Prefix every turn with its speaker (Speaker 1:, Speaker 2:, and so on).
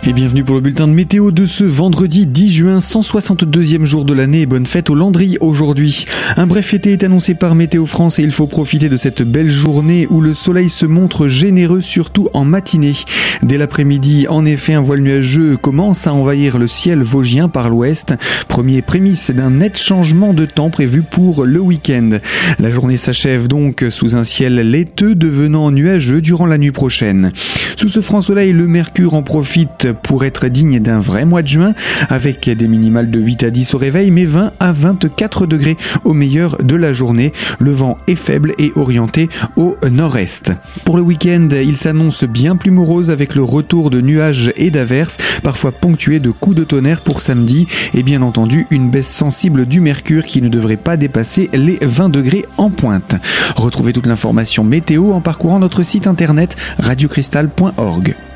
Speaker 1: Et bienvenue pour le bulletin de météo de ce vendredi 10 juin, 162e jour de l'année et bonne fête aux Landry aujourd'hui. Un bref été est annoncé par Météo France et il faut profiter de cette belle journée où le soleil se montre généreux surtout en matinée. Dès l'après-midi, en effet, un voile nuageux commence à envahir le ciel vosgien par l'ouest. Premier prémisse d'un net changement de temps prévu pour le week-end. La journée s'achève donc sous un ciel laiteux devenant nuageux durant la nuit prochaine. Sous ce franc soleil, le mercure en profite pour être digne d'un vrai mois de juin, avec des minimales de 8 à 10 au réveil, mais 20 à 24 degrés au meilleur de la journée. Le vent est faible et orienté au nord-est. Pour le week-end, il s'annonce bien plus morose avec le retour de nuages et d'averses, parfois ponctués de coups de tonnerre pour samedi, et bien entendu une baisse sensible du mercure qui ne devrait pas dépasser les 20 degrés en pointe. Retrouvez toute l'information météo en parcourant notre site internet radiocristal.org.